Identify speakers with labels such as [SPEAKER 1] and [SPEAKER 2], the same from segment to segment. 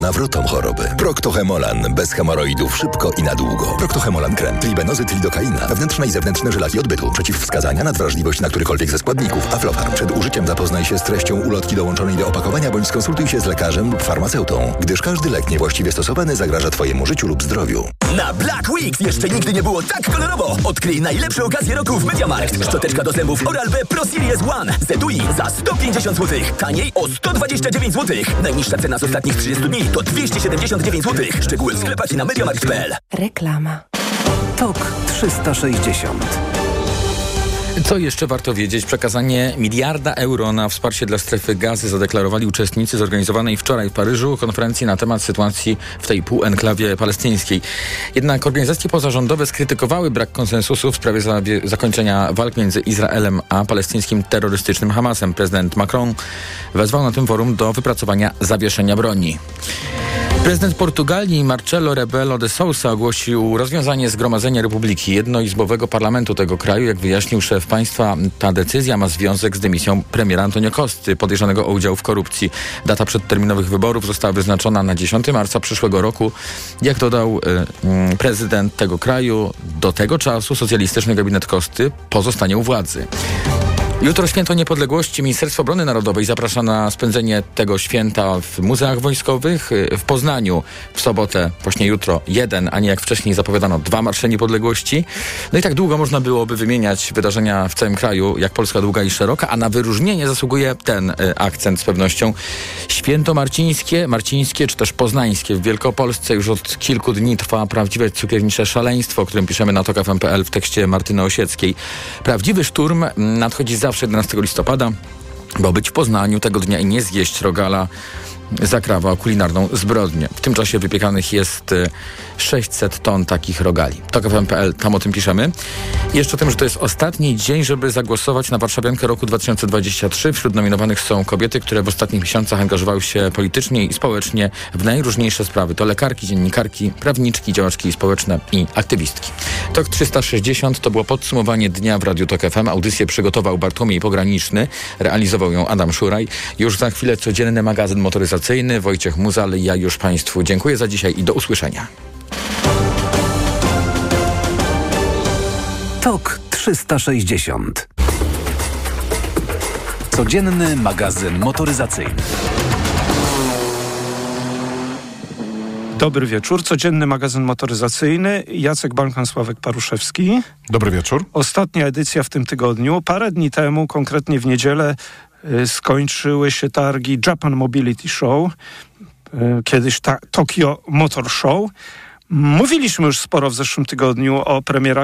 [SPEAKER 1] nawrotom choroby. Proctohemolan. Bez hemoroidów szybko i na długo. Proctohemolan krem. Tribenozyt, lidokaina. Wewnętrzne i zewnętrzne żelaki odbytu. Przeciwwskazania, nadwrażliwość na którykolwiek ze składników. Aflofarm. Przed użyciem zapoznaj się z treścią ulotki dołączonej do opakowania bądź skonsultuj się z lekarzem lub farmaceutą, gdyż każdy lek niewłaściwie stosowany zagraża Twojemu życiu lub zdrowiu.
[SPEAKER 2] Na Black Weeks jeszcze nigdy nie było tak kolorowo. Odkryj najlepsze okazje roku w MediaMarkt. Szczoteczka do zębów Oral-B Pro Series One z etui za 150 zł. Taniej o 129 zł. Najniższa cena z ostatnich 30 dni to 279 zł. Szczegóły w sklepach i na mediamarkt.pl.
[SPEAKER 3] Reklama. TOK 360.
[SPEAKER 4] Co jeszcze warto wiedzieć? Przekazanie miliarda euro na wsparcie dla strefy Gazy zadeklarowali uczestnicy zorganizowanej wczoraj w Paryżu konferencji na temat sytuacji w tej półenklawie palestyńskiej. Jednak organizacje pozarządowe skrytykowały brak konsensusu w sprawie zakończenia walk między Izraelem a palestyńskim terrorystycznym Hamasem. Prezydent Macron wezwał na tym forum do wypracowania zawieszenia broni. Prezydent Portugalii Marcelo Rebelo de Sousa ogłosił rozwiązanie Zgromadzenia Republiki Jednoizbowego Parlamentu tego kraju. Jak wyjaśnił szef państwa, ta decyzja ma związek z dymisją premiera Antonio Costy, podejrzanego o udział w korupcji. Data przedterminowych wyborów została wyznaczona na 10 marca przyszłego roku. Jak dodał prezydent tego kraju, do tego czasu socjalistyczny gabinet Costy pozostanie u władzy. Jutro Święto Niepodległości. Ministerstwo Obrony Narodowej zaprasza na spędzenie tego święta w muzeach wojskowych. W Poznaniu w sobotę, właśnie jutro, 1, a nie jak wcześniej zapowiadano 2 marsze niepodległości. No i tak długo można byłoby wymieniać wydarzenia w całym kraju, jak Polska długa i szeroka, a na wyróżnienie zasługuje ten akcent z pewnością. Święto marcińskie czy też poznańskie w Wielkopolsce. Już od kilku dni trwa prawdziwe cukiernicze szaleństwo, o którym piszemy na tok.fm.pl w tekście Martyny Osieckiej. Prawdziwy szturm nadchodzi zawsze 11 listopada, bo być w Poznaniu tego dnia i nie zjeść rogala zakrawa o kulinarną zbrodnię. W tym czasie wypiekanych jest 600 ton takich rogali. TOK.fm.pl, tam o tym piszemy. I jeszcze o tym, że to jest ostatni dzień, żeby zagłosować na Warszawiankę roku 2023. Wśród nominowanych są kobiety, które w ostatnich miesiącach angażowały się politycznie i społecznie w najróżniejsze sprawy. To lekarki, dziennikarki, prawniczki, działaczki społeczne i aktywistki. TOK 360 to było podsumowanie dnia w Radiu TOK FM. Audycję przygotował Bartłomiej Pograniczny, realizował ją Adam Szuraj. Już za chwilę codzienny magazyn motoryzacyjny. Wojciech Muzal. Ja już Państwu dziękuję za dzisiaj i do usłyszenia.
[SPEAKER 3] TOK 360. Codzienny magazyn motoryzacyjny.
[SPEAKER 5] Dobry wieczór. Codzienny magazyn motoryzacyjny. Jacek Balkan, Sławek Paruszewski.
[SPEAKER 6] Dobry wieczór.
[SPEAKER 5] Ostatnia edycja w tym tygodniu. Parę dni temu, konkretnie w niedzielę, skończyły się targi Japan Mobility Show, kiedyś Tokyo Motor Show. Mówiliśmy już sporo w zeszłym tygodniu o premierach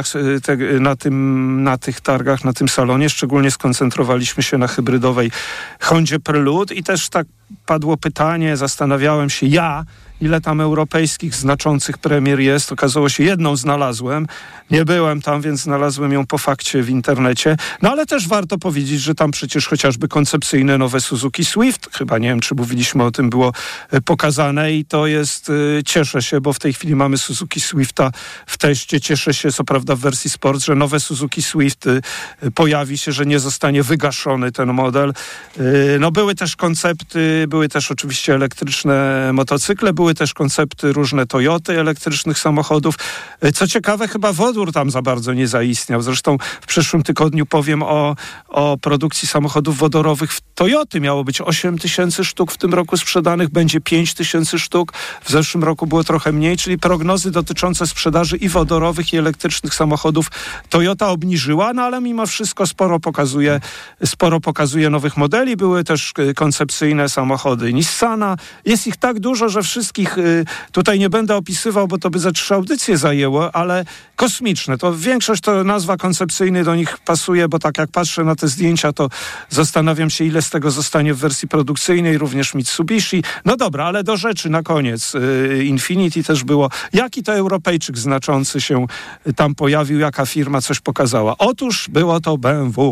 [SPEAKER 5] na tych targach, na tym salonie. Szczególnie skoncentrowaliśmy się na hybrydowej Hondzie Prelude i też tak padło pytanie, zastanawiałem się ile tam europejskich znaczących premier jest. Okazało się, jedną znalazłem. Nie byłem tam, więc znalazłem ją po fakcie w internecie. No ale też warto powiedzieć, że tam przecież chociażby koncepcyjne nowe Suzuki Swift, chyba nie wiem, czy mówiliśmy o tym, było pokazane i to jest, cieszę się, bo w tej chwili mamy Suzuki Swifta w teście. Cieszę się, co prawda w wersji Sport, że nowe Suzuki Swift pojawi się, że nie zostanie wygaszony ten model. No były też koncepty, były też oczywiście elektryczne motocykle, były też koncepty różne Toyoty, elektrycznych samochodów. Co ciekawe, chyba wodór tam za bardzo nie zaistniał. Zresztą w przyszłym tygodniu powiem o produkcji samochodów wodorowych w Toyoty. Miało być 8 000 sztuk w tym roku sprzedanych, będzie 5 000 sztuk. W zeszłym roku było trochę mniej, czyli prognozy dotyczące sprzedaży i wodorowych, i elektrycznych samochodów Toyota obniżyła, no ale mimo wszystko sporo pokazuje nowych modeli. Były też koncepcyjne samochody Nissana. Jest ich tak dużo, że wszystkich tutaj nie będę opisywał, bo to by ze 3 audycje zajęło, ale kosmiczne. To większość to nazwa koncepcyjny do nich pasuje, bo tak jak patrzę na te zdjęcia, to zastanawiam się, ile z tego zostanie w wersji produkcyjnej, również Mitsubishi. No dobra, ale do rzeczy na koniec. Infiniti też było. Jaki to Europejczyk znaczący się tam pojawił, jaka firma coś pokazała? Otóż było to BMW.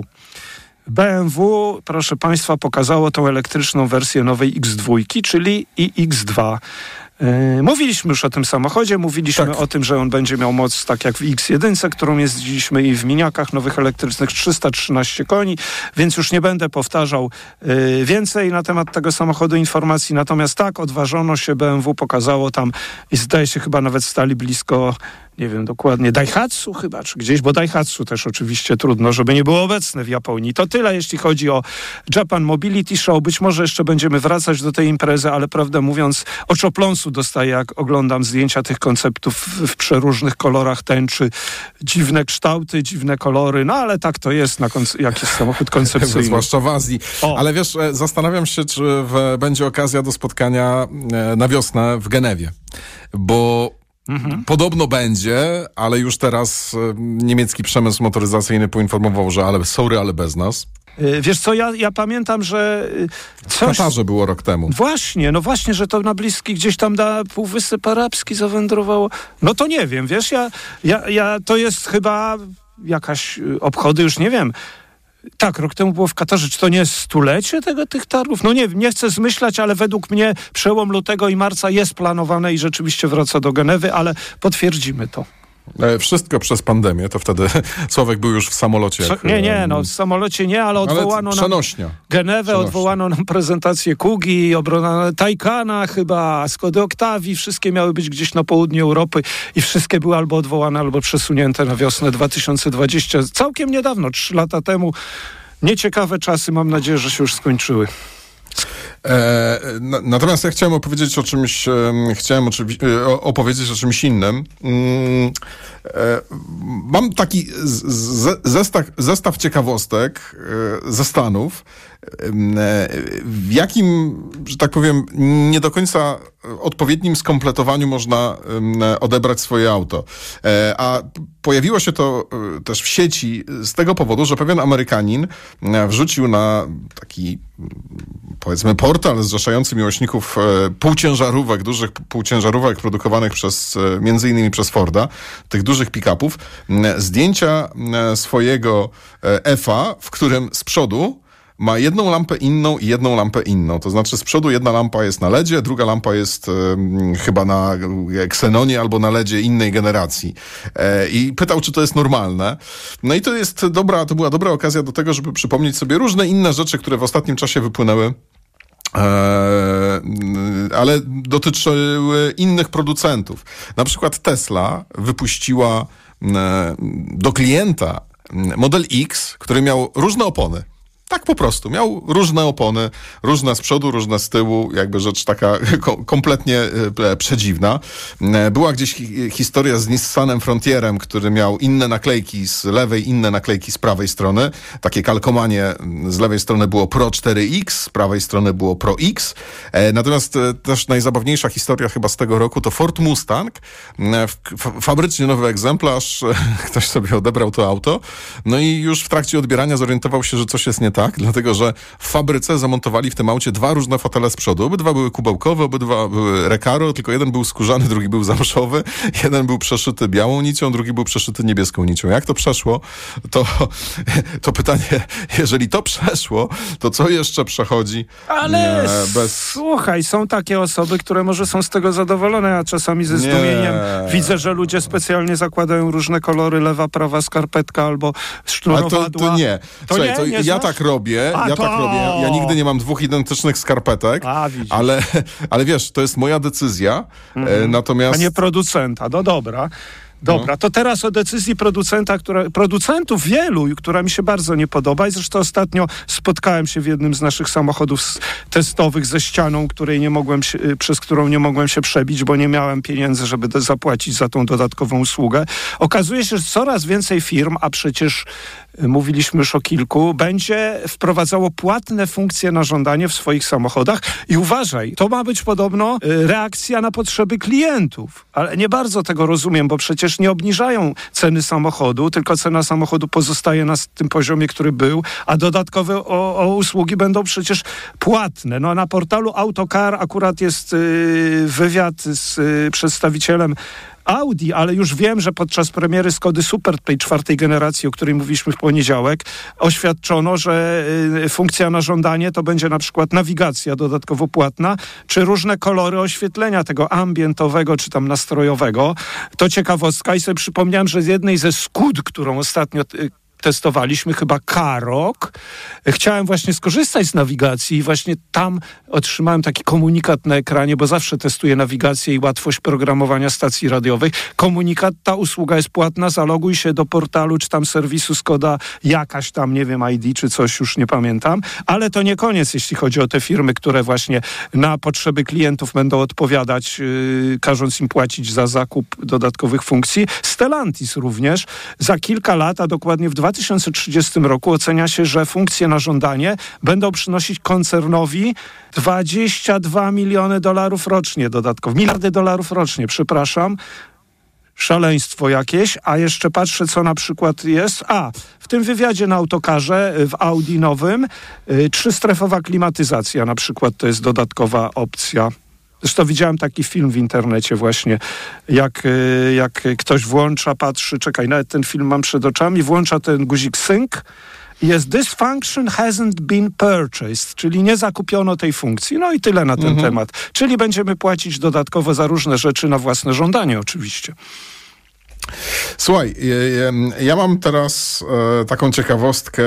[SPEAKER 5] BMW, proszę Państwa, pokazało tą elektryczną wersję nowej X2, czyli iX2. Mówiliśmy już o tym samochodzie, mówiliśmy o tym, że on będzie miał moc tak jak w X1, którą jeździliśmy i w miniakach nowych elektrycznych 313 koni, więc już nie będę powtarzał więcej na temat tego samochodu informacji. Natomiast tak, odważono się, BMW pokazało tam i zdaje się chyba nawet stali blisko, nie wiem dokładnie, Daihatsu chyba, czy gdzieś, bo Daihatsu też oczywiście trudno, żeby nie było obecne w Japonii. To tyle, jeśli chodzi o Japan Mobility Show. Być może jeszcze będziemy wracać do tej imprezy, ale prawdę mówiąc, oczopląsu dostaję, jak oglądam zdjęcia tych konceptów w przeróżnych kolorach tęczy. Dziwne kształty, dziwne kolory, no ale tak to jest, jak jest samochód koncepcyjny.
[SPEAKER 6] Zwłaszcza w Azji. Ale wiesz, zastanawiam się, czy będzie okazja do spotkania na wiosnę w Genewie, bo podobno będzie, ale już teraz niemiecki przemysł motoryzacyjny poinformował, że ale bez nas.
[SPEAKER 5] Wiesz co, ja pamiętam, że
[SPEAKER 6] w Katarze było rok temu.
[SPEAKER 5] Właśnie, że to na bliski gdzieś tam na Półwysep Arabski zawędrowało. No to nie wiem, wiesz, ja to jest chyba jakaś obchody, już nie wiem. Tak, rok temu było w Katarze. Czy to nie jest stulecie tych targów? No nie chcę zmyślać, ale według mnie przełom lutego i marca jest planowane i rzeczywiście wraca do Genewy, ale potwierdzimy to.
[SPEAKER 6] Wszystko przez pandemię, to wtedy Sławek był już w samolocie.
[SPEAKER 5] W samolocie nie, ale odwołano nam Genewę, odwołano nam prezentację Kugi, obrona Taycana chyba, Skody Octavii, wszystkie miały być gdzieś na południu Europy i wszystkie były albo odwołane, albo przesunięte na wiosnę 2020. Całkiem niedawno, 3 lata temu. Nieciekawe czasy, mam nadzieję, że się już skończyły.
[SPEAKER 6] Natomiast ja chciałem opowiedzieć o czymś, opowiedzieć o czymś innym. Mam taki zestaw ciekawostek ze Stanów, w jakim, że tak powiem, nie do końca odpowiednim skompletowaniu można odebrać swoje auto. A pojawiło się to też w sieci z tego powodu, że pewien Amerykanin wrzucił na taki, powiedzmy, portal zrzeszający miłośników półciężarówek, dużych półciężarówek produkowanych między innymi przez Forda, tych dużych pick-upów, zdjęcia swojego F-a, w którym z przodu ma jedną lampę inną i jedną lampę inną. To znaczy z przodu jedna lampa jest na LEDzie, druga lampa jest chyba na Xenonie albo na LEDzie innej generacji. I pytał, czy to jest normalne. No i to była dobra okazja do tego, żeby przypomnieć sobie różne inne rzeczy, które w ostatnim czasie wypłynęły, ale dotyczyły innych producentów. Na przykład Tesla wypuściła do klienta Model X, który miał różne opony. Tak po prostu. Miał różne opony, różne z przodu, różne z tyłu, jakby rzecz taka kompletnie przedziwna. Była gdzieś historia z Nissanem Frontierem, który miał inne naklejki z lewej, inne naklejki z prawej strony. Takie kalkomanie, z lewej strony było Pro 4X, z prawej strony było Pro X. Natomiast też najzabawniejsza historia chyba z tego roku to Ford Mustang. Fabrycznie nowy egzemplarz, ktoś sobie odebrał to auto. No i już w trakcie odbierania zorientował się, że coś jest nie tak, dlatego że w fabryce zamontowali w tym aucie 2 różne fotele z przodu. Obydwa były kubełkowe, obydwa były Recaro, tylko jeden był skórzany, drugi był zamszowy. Jeden był przeszyty białą nicią, drugi był przeszyty niebieską nicią. Jak to przeszło? To pytanie, jeżeli to przeszło, to co jeszcze przechodzi?
[SPEAKER 5] Ale słuchaj, są takie osoby, które może są z tego zadowolone, a czasami ze zdumieniem widzę, że ludzie specjalnie zakładają różne kolory, lewa, prawa skarpetka albo sznurowadła.
[SPEAKER 6] To nie. Słuchaj, ja tak robię. Ja nigdy nie mam 2 identycznych skarpetek, ale wiesz, to jest moja decyzja. Natomiast...
[SPEAKER 5] A nie producenta. No dobra. To teraz o decyzji producentów wielu, która mi się bardzo nie podoba i zresztą ostatnio spotkałem się w jednym z naszych samochodów testowych ze ścianą, przez którą nie mogłem się przebić, bo nie miałem pieniędzy, żeby zapłacić za tą dodatkową usługę. Okazuje się, że coraz więcej firm, a przecież mówiliśmy już o kilku, będzie wprowadzało płatne funkcje na żądanie w swoich samochodach i uważaj, to ma być podobno reakcja na potrzeby klientów, ale nie bardzo tego rozumiem, bo przecież nie obniżają ceny samochodu, tylko cena samochodu pozostaje na tym poziomie, który był, a dodatkowe usługi będą przecież płatne. No na portalu Autocar akurat jest wywiad z przedstawicielem Audi, ale już wiem, że podczas premiery Skody Super, tej 4. generacji, o której mówiliśmy w poniedziałek, oświadczono, że funkcja na żądanie to będzie na przykład nawigacja dodatkowo płatna, czy różne kolory oświetlenia tego ambientowego, czy tam nastrojowego. To ciekawostka i sobie przypomniałem, że z jednej ze Skud, którą ostatnio testowaliśmy, chyba Karok, chciałem właśnie skorzystać z nawigacji i właśnie tam otrzymałem taki komunikat na ekranie, bo zawsze testuję nawigację i łatwość programowania stacji radiowych. Komunikat, ta usługa jest płatna, zaloguj się do portalu czy tam serwisu Skoda, jakaś tam, nie wiem, ID czy coś, już nie pamiętam, ale to nie koniec, jeśli chodzi o te firmy, które właśnie na potrzeby klientów będą odpowiadać, każąc im płacić za zakup dodatkowych funkcji. Stellantis również za kilka lat, a dokładnie w 2030 roku ocenia się, że funkcje na żądanie będą przynosić koncernowi $22 miliony rocznie dodatkowo. Miliardy dolarów rocznie, przepraszam. Szaleństwo jakieś, a jeszcze patrzę, co na przykład jest. W tym wywiadzie na autokarze w Audi nowym 3-strefowa klimatyzacja na przykład to jest dodatkowa opcja. Zresztą widziałem taki film w internecie właśnie, jak ktoś włącza, patrzy, nawet ten film mam przed oczami, włącza ten guzik sync i jest "This function hasn't been purchased", czyli nie zakupiono tej funkcji. No i tyle na ten temat. Czyli będziemy płacić dodatkowo za różne rzeczy na własne żądanie oczywiście.
[SPEAKER 6] Słuchaj, ja mam teraz taką ciekawostkę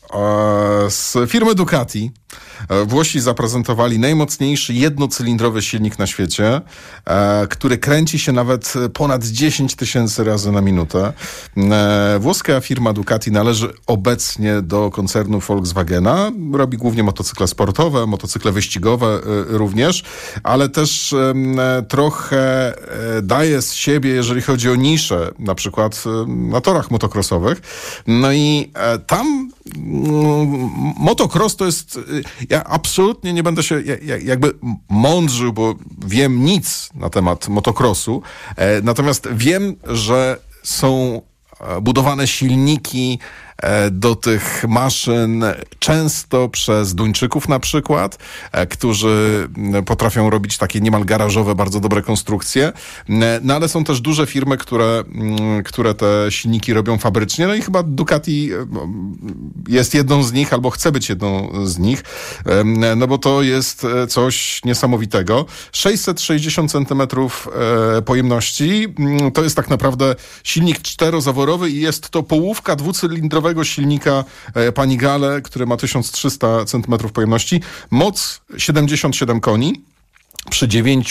[SPEAKER 6] z firmy Ducati. Włosi zaprezentowali najmocniejszy jednocylindrowy silnik na świecie, który kręci się nawet ponad 10 000 razy na minutę. Włoska firma Ducati należy obecnie do koncernu Volkswagena. Robi głównie motocykle sportowe, motocykle wyścigowe również, ale też trochę daje z siebie, jeżeli chodzi o niszę, na przykład na torach motocrossowych. No i tam motocross to jest... Ja absolutnie nie będę się jakby mądrzył, bo wiem nic na temat motocrossu. Natomiast wiem, że są budowane silniki do tych maszyn często przez Duńczyków na przykład, którzy potrafią robić takie niemal garażowe, bardzo dobre konstrukcje. No ale są też duże firmy, które te silniki robią fabrycznie. No i chyba Ducati jest jedną z nich, albo chce być jedną z nich, no bo to jest coś niesamowitego. 660 cm pojemności. To jest tak naprawdę silnik 4-zaworowy i jest to połówka dwucylindrowego silnika Panigale, który ma 1300 cm pojemności. Moc 77 koni. Przy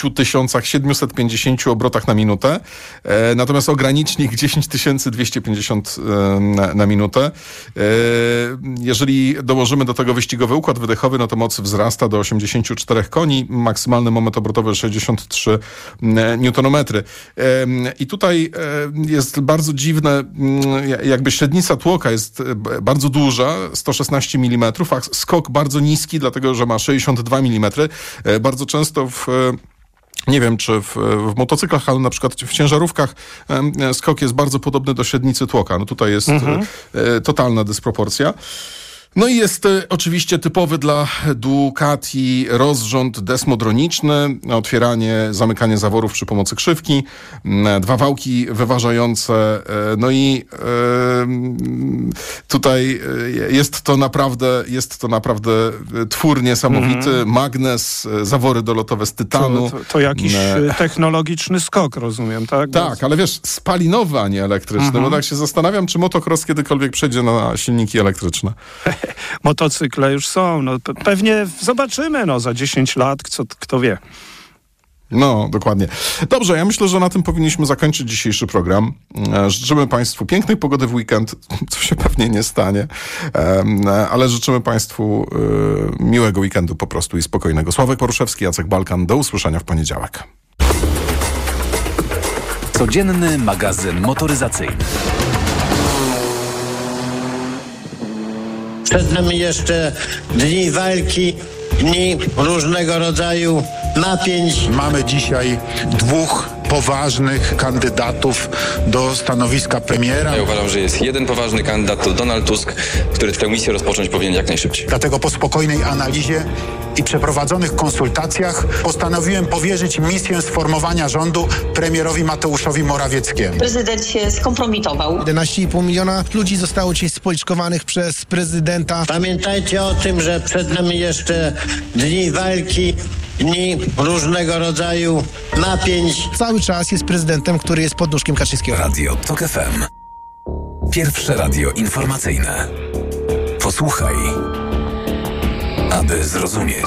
[SPEAKER 6] 9750 obrotach na minutę. Natomiast ogranicznik 10250 na minutę. Jeżeli dołożymy do tego wyścigowy układ wydechowy, no to moc wzrasta do 84 koni. Maksymalny moment obrotowy 63 Nm. I tutaj jest bardzo dziwne, jakby średnica tłoka jest bardzo duża, 116 mm, a skok bardzo niski, dlatego że ma 62 mm. Bardzo często nie wiem, czy w motocyklach, ale na przykład w ciężarówkach skok jest bardzo podobny do średnicy tłoka. No tutaj jest totalna dysproporcja. No i jest oczywiście typowy dla Ducati rozrząd desmodroniczny, otwieranie, zamykanie zaworów przy pomocy krzywki, 2 wałki wyważające, no i tutaj jest to naprawdę twór niesamowity, magnes, zawory dolotowe z tytanu.
[SPEAKER 5] To jakiś technologiczny skok, rozumiem, tak?
[SPEAKER 6] Tak, ale wiesz, spalinowy, a nie elektryczny, bo tak się zastanawiam, czy motocross kiedykolwiek przejdzie na silniki elektryczne.
[SPEAKER 5] Motocykle już są. No, pewnie zobaczymy za 10 lat, kto wie.
[SPEAKER 6] No, dokładnie. Dobrze, ja myślę, że na tym powinniśmy zakończyć dzisiejszy program. Życzymy Państwu pięknej pogody w weekend, co się pewnie nie stanie, ale życzymy Państwu miłego weekendu po prostu i spokojnego. Sławek Poruszewski, Jacek Balkan. Do usłyszenia w poniedziałek.
[SPEAKER 3] Codzienny magazyn motoryzacyjny.
[SPEAKER 7] Przed nami jeszcze dni walki, dni różnego rodzaju napięć.
[SPEAKER 8] Mamy dzisiaj 2 poważnych kandydatów do stanowiska premiera.
[SPEAKER 9] Ja uważam, że jest jeden poważny kandydat, to Donald Tusk, który tę misję rozpocząć powinien jak najszybciej.
[SPEAKER 8] Dlatego po spokojnej analizie i przeprowadzonych konsultacjach postanowiłem powierzyć misję sformowania rządu premierowi Mateuszowi Morawieckiemu.
[SPEAKER 10] Prezydent się skompromitował.
[SPEAKER 11] 11,5 miliona ludzi zostało dzisiaj spoliczkowanych przez prezydenta.
[SPEAKER 7] Pamiętajcie o tym, że przed nami jeszcze dni walki, dni różnego rodzaju napięć.
[SPEAKER 11] Cały czas jest prezydentem, który jest pod nóżkiem Kaczyńskiego.
[SPEAKER 3] Radio TOK FM. Pierwsze radio informacyjne. Posłuchaj, aby zrozumieć.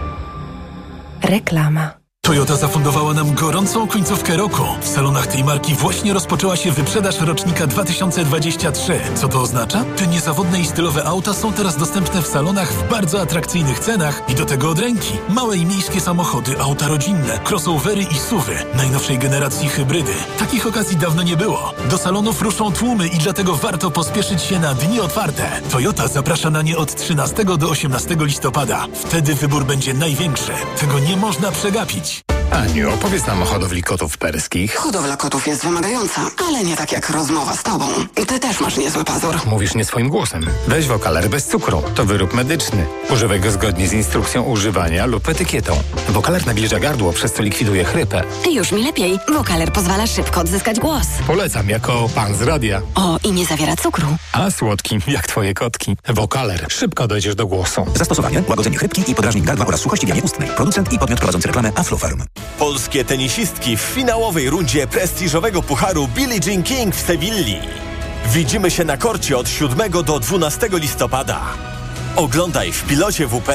[SPEAKER 12] Reklama.
[SPEAKER 13] Toyota zafundowała nam gorącą końcówkę roku. W salonach tej marki właśnie rozpoczęła się wyprzedaż rocznika 2023. Co to oznacza? Te niezawodne i stylowe auta są teraz dostępne w salonach w bardzo atrakcyjnych cenach i do tego od ręki. Małe i miejskie samochody, auta rodzinne, crossovery i SUVy, najnowszej generacji hybrydy. Takich okazji dawno nie było. Do salonów ruszą tłumy i dlatego warto pospieszyć się na dni otwarte. Toyota zaprasza na nie od 13 do 18 listopada. Wtedy wybór będzie największy. Tego nie można przegapić.
[SPEAKER 14] Aniu, opowiedz nam o hodowli kotów perskich.
[SPEAKER 15] Hodowla kotów jest wymagająca, ale nie tak jak rozmowa z tobą. Ty też masz niezły pazur.
[SPEAKER 14] Mówisz nie swoim głosem. Weź Wokaler bez cukru. To wyrób medyczny. Używaj go zgodnie z instrukcją używania lub etykietą. Wokaler nawilża gardło, przez co likwiduje chrypę.
[SPEAKER 12] Już mi lepiej. Wokaler pozwala szybko odzyskać głos.
[SPEAKER 14] Polecam jako pan z radia.
[SPEAKER 12] O, i nie zawiera cukru.
[SPEAKER 14] A słodki, jak twoje kotki. Wokaler. Szybko dojdziesz do głosu.
[SPEAKER 2] Zastosowanie: łagodzenie chrypki i podrażnik gardła oraz suchości w jamie ustnej. Producent i podmiot prowadzący reklamę Aflofarm.
[SPEAKER 16] Polskie tenisistki w finałowej rundzie prestiżowego pucharu Billie Jean King w Sewilli. Widzimy się na korcie od 7 do 12 listopada. Oglądaj w Pilocie WP.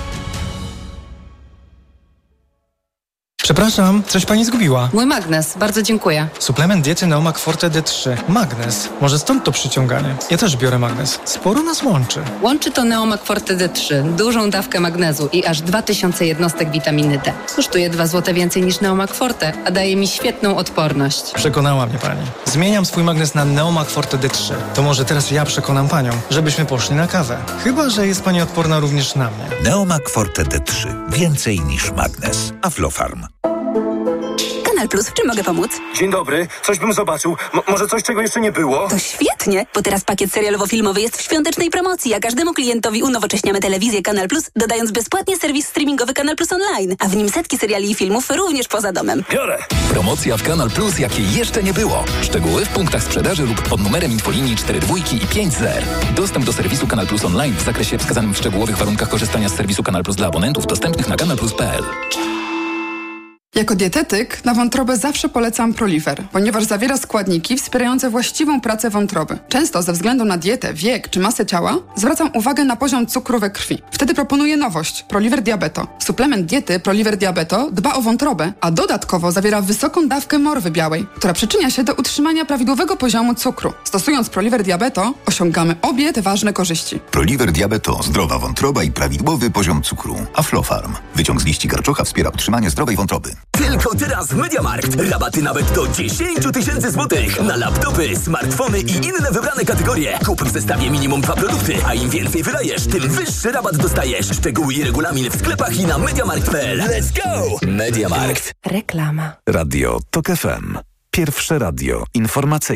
[SPEAKER 17] Przepraszam, coś pani zgubiła.
[SPEAKER 18] Mój magnes, bardzo dziękuję.
[SPEAKER 17] Suplement diety Neomak Forte D3. Magnes. Może stąd to przyciąganie. Ja też biorę magnes. Sporo nas łączy.
[SPEAKER 18] Łączy to Neomak Forte D3, dużą dawkę magnezu i aż 2000 jednostek witaminy D. Kosztuje 2 zł więcej niż Neomak Forte, a daje mi świetną odporność.
[SPEAKER 17] Przekonała mnie pani. Zmieniam swój magnes na Neomak Forte D3. To może teraz ja przekonam panią, żebyśmy poszli na kawę. Chyba że jest pani odporna również na mnie.
[SPEAKER 19] Neomak Forte D3. Więcej niż magnes. Aflofarm.
[SPEAKER 12] Kanal Plus, w czym mogę pomóc?
[SPEAKER 20] Dzień dobry, coś bym zobaczył. Może coś, czego jeszcze nie było?
[SPEAKER 12] To świetnie, bo teraz pakiet serialowo-filmowy jest w świątecznej promocji, a każdemu klientowi unowocześniamy telewizję Kanal Plus, dodając bezpłatnie serwis streamingowy Kanal Plus Online, a w nim setki seriali i filmów również poza domem.
[SPEAKER 20] Biorę!
[SPEAKER 3] Promocja w Kanal Plus, jakiej jeszcze nie było. Szczegóły w punktach sprzedaży lub pod numerem infolinii 42 i 50. Dostęp do serwisu Kanal Plus Online w zakresie wskazanym w szczegółowych warunkach korzystania z serwisu Kanal Plus dla abonentów dostępnych na kanalplus.pl.
[SPEAKER 21] Jako dietetyk na wątrobę zawsze polecam Proliver, ponieważ zawiera składniki wspierające właściwą pracę wątroby. Często ze względu na dietę, wiek czy masę ciała zwracam uwagę na poziom cukru we krwi. Wtedy proponuję nowość – Proliver Diabeto. Suplement diety Proliver Diabeto dba o wątrobę, a dodatkowo zawiera wysoką dawkę morwy białej, która przyczynia się do utrzymania prawidłowego poziomu cukru. Stosując Proliver Diabeto osiągamy obie te ważne korzyści.
[SPEAKER 1] Proliver Diabeto, zdrowa wątroba i prawidłowy poziom cukru. Aflofarm. Wyciąg z liści garczocha wspiera utrzymanie zdrowej wątroby.
[SPEAKER 2] Tylko teraz w MediaMarkt. Rabaty nawet do 10 000 złotych na laptopy, smartfony i inne wybrane kategorie. Kup w zestawie minimum 2 produkty, a im więcej wydajesz, tym wyższy rabat dostajesz. Szczegóły i regulamin w sklepach i na MediaMarkt.pl. Let's go! MediaMarkt.
[SPEAKER 12] Reklama.
[SPEAKER 3] Radio TOK FM. Pierwsze radio informacyjne.